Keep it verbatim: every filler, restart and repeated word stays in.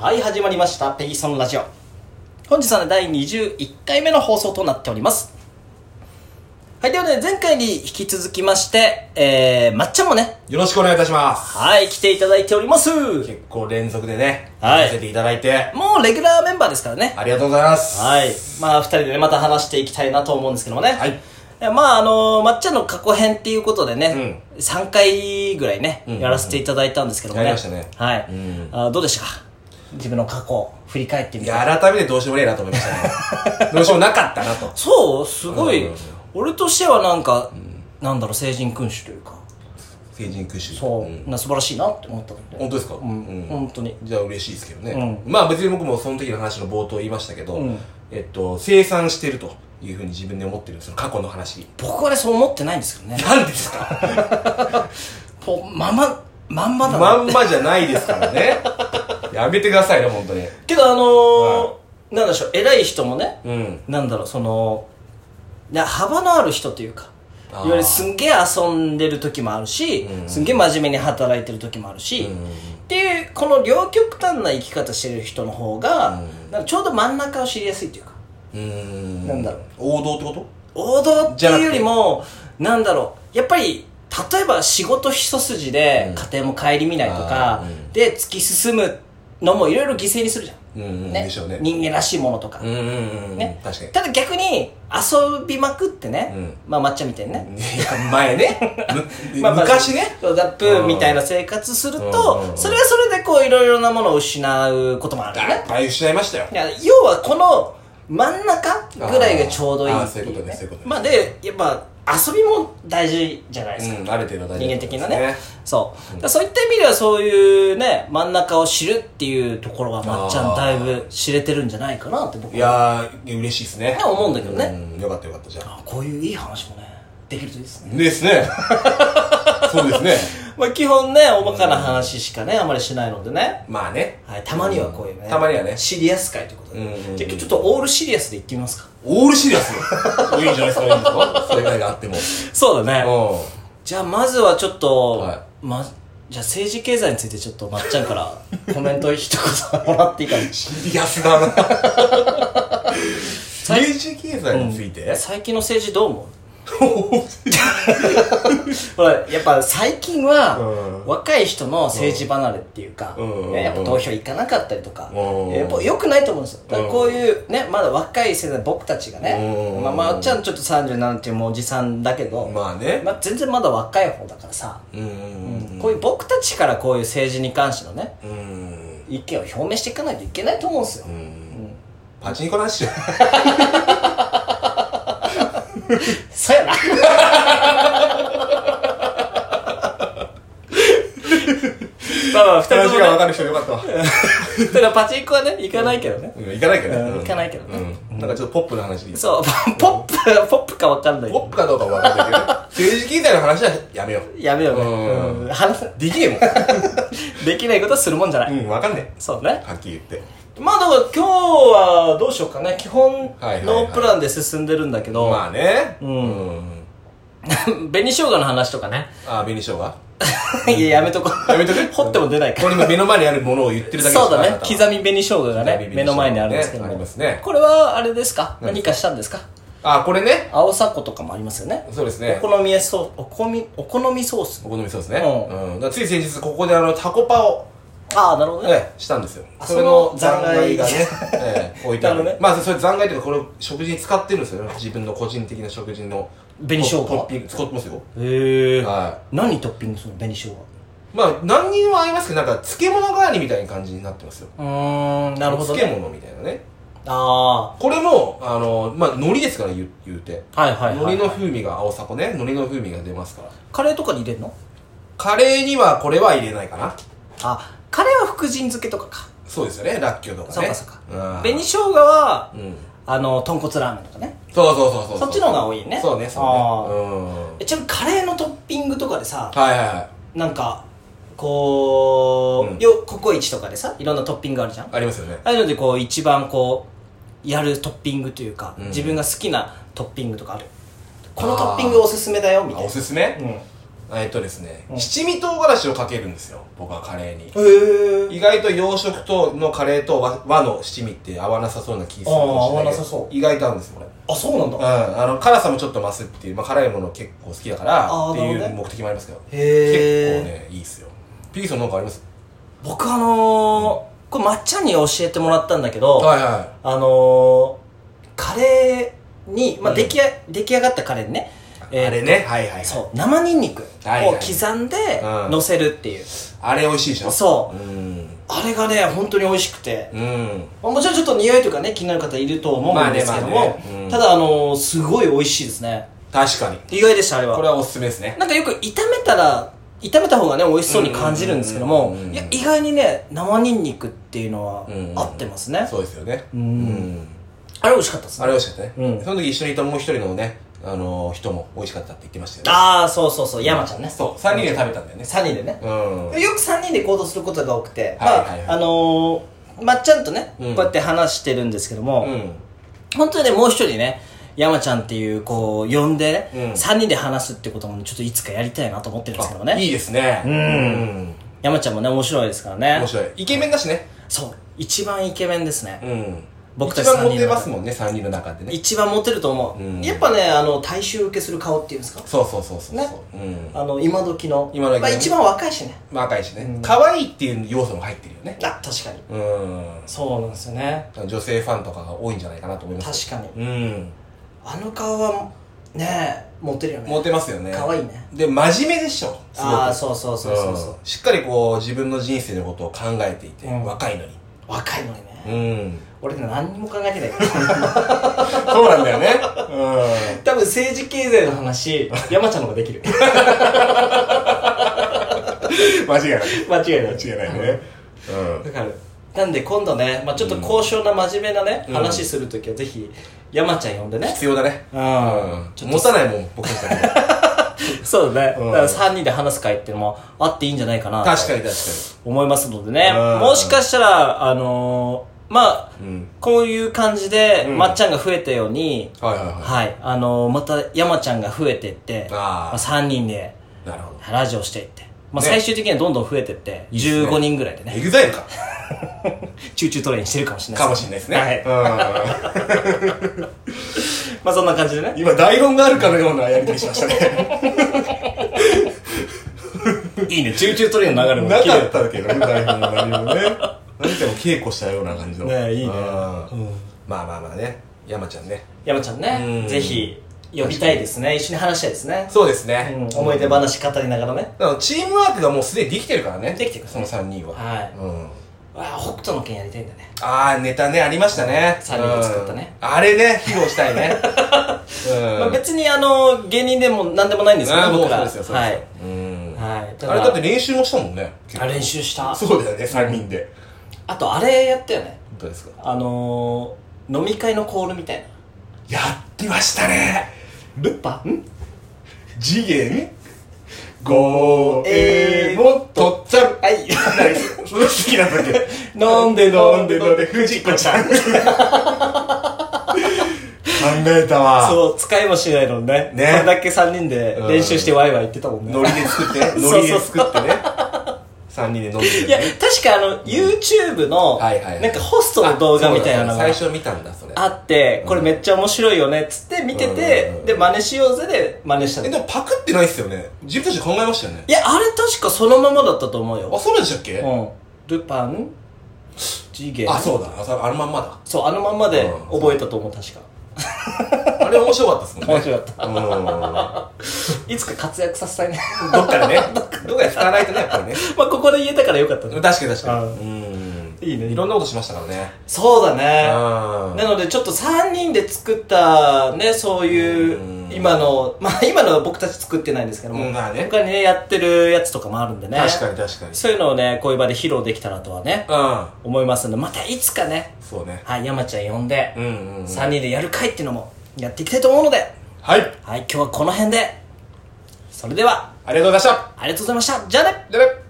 はい、始まりましたペギソンラジオ。本日は、ね、だいにじゅういっかいめの放送となっております。はい、ではね、前回に引き続きまして、えー、まっちゃんもね、 よろしくお願いいたします。 はい、来ていただいております。 結構連続でね、 はい、 させていただいて、 もうレギュラーメンバーですからね。 ありがとうございます。 はい、まあ二人でね、また話していきたいなと思うんですけどもね。 はい。 まああのー、まっちゃんの過去編っていうことでね、うん、さんかいぐらいね、うんうんうん、やらせていただいたんですけどもね。 やりましたね。 はい。 うん、 あ、どうでしたか、自分の過去振り返ってみて。 いや、改めてどうしようもねえなと思いましたね。どうしようもなかったなと。 そうすごい、うん、俺としてはなんか、うん、なんだろう、聖人君主というか、 聖人君主、 そう、うん、な素晴らしいなって思ったので。 本当ですか？ うん、うん、本当に。 じゃあ嬉しいですけどね、 うん、 まあ別に僕もその時の話の冒頭言いましたけど、うん、えっと清算してるというふうに自分で思ってるんですよ、過去の話。 僕はね、そう思ってないんですけどね。 なんでですか？ ぽまんままんまだなまんまじゃないですからね。やめてくださいね、本当に。 けどあのーはい、なんでしょう、偉い人もね、 うん、 なんだろう、そのいや幅のある人というか、いわゆるすんげえ遊んでる時もあるし、うん、すんげえ真面目に働いてる時もあるし、うん、っていうこの両極端な生き方してる人の方が、うん、なんかちょうど真ん中を知りやすいというか、うーん、なんだろう、 王道ってこと？ 王道っていうよりも、なんだろう、やっぱり例えば仕事一筋で家庭も顧みないとか、うん、で突き進むのもいろいろ犠牲にするじゃん。 うんうん、 ね、 でしょうね。 人間らしいものとか。 うんうんうん、ね、確かに。 ただ逆に遊びまくってね、うん、まあ抹茶みたいにね。 前ね。まあ、昔ね。 ダップみたいな生活すると、それはそれでこういろいろなものを失うこともあるよね。 いっぱい失いましたよ。 いや、要はこの真ん中ぐらいがちょうどいいっていうね。 そういうことね、そういうことね。 まあで、やっぱ遊びも大事じゃないですか。 うん、ある程度大事、 人間的なね。そう。うん、そういった意味ではそういうね、真ん中を知るっていうところはまっちゃんだいぶ知れてるんじゃないかなって僕は。 いやー、嬉しいですね。 思うんだけどね。 うん、よかったよかった、じゃあ。 こういういい話もね、できるといいですね。 ですね。そうですね。 まあ基本ね、おバカな話しかね、あまりしないのでね。 まあね。 はい、たまにはこういうね。 たまにはね。 シリアス会ということで。じゃあちょっとオールシリアスで言ってみますか。 オールシリアスいいんじゃないですか、いいんですか、それぐらいがあっても。 そうだね。じゃあまずはちょっと、はい、ま、じゃあ政治経済についてちょっとまっちゃんからコメント一言もらっていいかな。 シリアスだな。政治経済について、 うん、最近の政治どう思う？ほら、やっぱ最近は、うん、若い人の政治離れっていうか、うんね、やっぱ投票行かなかったりとか、うん、やっぱ良くないと思うんですよ。だからこういうね、まだ若い世代、僕たちがね、うん、まあまあっちゃんちょっとさんじゅうななっていうもうおじさんだけど、 まあね、 まあ、全然まだ若い方だからさ、うんうんうん、こういう僕たちからこういう政治に関してのね、うん、意見を表明していかないといけないと思うんですよ。うんうん、 パチンコなしよ。 そうやな。まあまあ二人とも、ね、 話が分かる人よかったわ。 ただパチンコはね、行かないけどね。 うん、行かないけどね。 うん、行かないけどね。 うん、なんかちょっとポップな話でいい。 そう、ポップ、ポップか分かんない。 ポップかどうか分かんないけど、政治経済の話はやめよう。 やめようね。うん。話せ、 できねえもん。できないことはするもんじゃない。 うん、分かんねえ。 そうね。 はっきり言って。 まあだから今日はどうしようかね。基本のプランで進んでるんだけど。 まあね。 うん。紅生姜の話とかね。 ああ、紅生姜いや、やめとこう。 やめとく掘っても出ないから。 これ今目の前にあるものを言ってるだけです。 そうだね。刻み紅生姜がね、目の前にあるんですけども。 ありますね。 これはあれですか？何かしたんですか？ あ、これね。 青さことかもありますよね。 そうですね。 お好みソース、お好み、お好みソース。 お好みソースね。うん。だつい先日ここであの、タコパを。 ああ、なるほどね。 したんですよ。それの残骸がね、ええ、置いてある。 ね。 まあ、それ残骸というか、これ食事に使ってるんですよ。自分の個人的な食事の。 紅生姜トッピング使ってますよ。 へえ。はい。何トッピングするの、紅生姜？ まあ、何にも合いますけど、なんか、漬物代わりみたいな感じになってますよ。 うーん、なるほどね。 漬物みたいなね。 ああ。 これも、あの、まあ、海苔ですから言う、言うて。 はいはいはい。 海苔の風味が、青さこね。海苔の風味が出ますから。 カレーとかに入れるの？ カレーにはこれは入れないかな。 あ、カレーは福神漬けとかか。 そうですよね、らっきょうとかね。 そうかそうか。紅生姜は、うん、あの、豚骨ラーメンとかね。 そうそうそうそう。 そっちの方が多いね。 そうね、そうね。 うん。ちなみにカレーのトッピングとかでさ、 はいはいはい。 なんか、こう、うん、よ、ココイチとかでさ、いろんなトッピングあるじゃん。 ありますよね。 ああいうのでこう、一番こう、やるトッピングというか、うん、自分が好きなトッピングとかある。このトッピングおすすめだよ、みたいな。 おすすめ？ えっとですね、 うん七味唐辛子をかけるんですよ、僕はカレーに。 へえ。 意外と洋食とのカレーと和和の七味って合わなさそうな気するかもしれないけど。 あー合わなさそう意外と合うんですよ、これ。 あ、そうなんだ。 うん、あの、辛さもちょっと増すっていう、まあ、辛いもの結構好きだから、 あーっていうなるほどね目的もありますけど。 へー結構ね、いいっすよ。ピーソンなんかあります？ 僕あのー、これまっちゃんに教えてもらったんだけど、 はいはあのー、カレーに、まあ、 うん出来や、出来上がったカレーにね、 い。あれね、はいはいはい。 そう、生ニンニクはいはいを刻んでうん乗せるっていう。 あれ美味しいでしょ？ そう。 うん。 あれがね、本当に美味しくて。 うん。 まあもちろんちょっと匂いとかね、気になる方いると思うんですけども、 まあねまあねうんただあのー、すごい美味しいですね。 確かに。 意外でした、あれは。 これはおすすめですね。 なんかよく炒めたら、炒めた方がね、美味しそうに感じるんですけどもうんうんうんうん、 いや、意外にね、生ニンニクっていうのはうんうん合ってますね。 そうですよね。 うんうん。 あれ美味しかったですね。 あれ美味しかったね。 うんその時一緒にいたもう一人のね、あのー、人も美味しかったって言ってましたよね。 ああ、そうそうそう、山ちゃんね。 そう、三人で食べたんだよね。 さんにんでね。 うん。 よくさんにんで行動することが多くて、まはいはいはいあ、あのー、まっちゃんとね、 うんこうやって話してるんですけども、 うん。 本当にね、もう一人ね、山ちゃんっていう、こう、呼んでね、 うんさんにんで話すってことも、ちょっといつかやりたいなと思ってるんですけどね。 いいですね。 うん山ちゃんもね、面白いですからね。 面白い。イケメンだしね。 そう。一番イケメンですね。 うん。 僕たち一番三人のモテますもんね、三人の中でね。 一番モテると思う。 うんやっぱね、あの、大衆受けする顔っていうんですか、 そうそうそうそう。 ねうん。 あの、今時の。 今時のねまあ一番若いしね。 若いしねうん。 可愛いっていう要素も入ってるよね。 あ、確かに。 うん。 そうなんですよね。 女性ファンとかが多いんじゃないかなと思います。 確かに。 うん。 あの顔は、ね、モテるよね。 モテますよね。 可愛いね。 で、真面目でしょ。すごくああ、そうそうそうそうそう、 んしっかりこう、自分の人生のことを考えていて、 うん若いのに。 若いのにね。 うん。 俺ね、何にも考えてないから。 そうなんだよね。 多分政治経済の話、山ちゃんの方ができる。 うん。間違いない。 間違いない。 間違いないね。うん。 だから、なんで今度ね、まあちょっと高尚な真面目なね、 うん話するときはぜひ、山ちゃん呼んでね。 必要だね。 うんちょっと持たないもん、僕たちだけ。 そうだね。 うんだからさんにんで話す会っていうのもあっていいんじゃないかな。 確かに確か思いますのでね。 うんもしかしたら、あのー、まあ、 に。うん。 こういう感じで、 うんまっちゃんが増えたように、 はいはいははい、あのー、また山ちゃんが増えていって、 あーまあ、さんにんでい。なるほど。 ラジオしていって、まあ、 ね最終的にはどんどん増えていって、 いいっすねじゅうごにんぐらいでね、 エグザイルか。 チューチュートレインしてるかもしれないかもしれないですね。 はい。 うん。 まあそんな感じでね。 今、台本があるかのようなやりとりしましたね。 いいね、チューチュートレインの流れもな綺麗かったけどね、台本も何もね。何かも稽古したような感じの。 ねえいいねうんうんまあまあまあね。山ちゃんね。 山ちゃんね、 うんぜひ呼びたいですね。一緒に話したいですね。 そうですね。 うん、思い出話語りながらね。 だからチームワークがもうすでにできてるからね。 できてるそのさんにんは。 はいうん。 ああ、北斗の拳やりたいんだね。 あー、ネタね、ありましたね。 さんにんで作ったねうん。あれね、披露したいね。うん。 まあ、別にあの、芸人でも何でもないんですけどね、 あーもう僕ら。 そうですよ、そうですよ。 はい。 うん。 はい。たあれだって練習もしたもんね。 あ練習した。 そうだよね、さんにんで。 あとあれやったよね。 どうですか？ あのー、飲み会のコールみたいな。 やってましたね。 ルッパん次元ごえもとっちゃう。 はい。 それ好きなんだっけ？ 飲んで飲んで飲んで、 藤子ちゃん。考えたわ。 そう、使いもしないのにね。 ねこれだけさんにんで練習してワイワイ言ってたもんね。 ノリで作って、ノリで作ってね。さんにんで飲んでる。 いや、確かあの、YouTube の、 はいはいはいなんかホストの動画みたいなのが最初見たんだ、それ。 あって、これめっちゃ面白いよね、っつって見てうんて、で、真似しようぜで真似したえ、 の。 でもパクってないっすよね。自分たちで考えましたよね。 いや、あれ確かそのままだったと思うあ、 よ。 そうでしたっけ？ うん。ルパン次元あ、そうだ。あそあのまんまだ。 そう、あのまんまでうん覚えたと思う、確か。 あれ面白かったっすもんね。 面白かったうん。 いつか活躍させたいね。 どっかでね。どっかで使わないとね、やっぱりね。 まあ、ここで言えたからよかったね。 確かに確かに。 ううん。 いいねいろんなことしましたからね。 そうだね。 うん。 なのでちょっとさんにんで作ったね、そういううん今の、まあ今のは僕たち作ってないんですけども、 うんまあね他にね、やってるやつとかもあるんでね。 確かに確かに。 そういうのをね、こういう場で披露できたらとはね、 うん。 思いますんで、またいつかね、 そうね。 はい、山ちゃん呼んで、 うんうんうん。 さんにんでやる会っていうのもやっていきたいと思うので、 はい。 はい、今日はこの辺で、それでは、 ありがとうございました。 ありがとうございました。じゃあねじゃあね。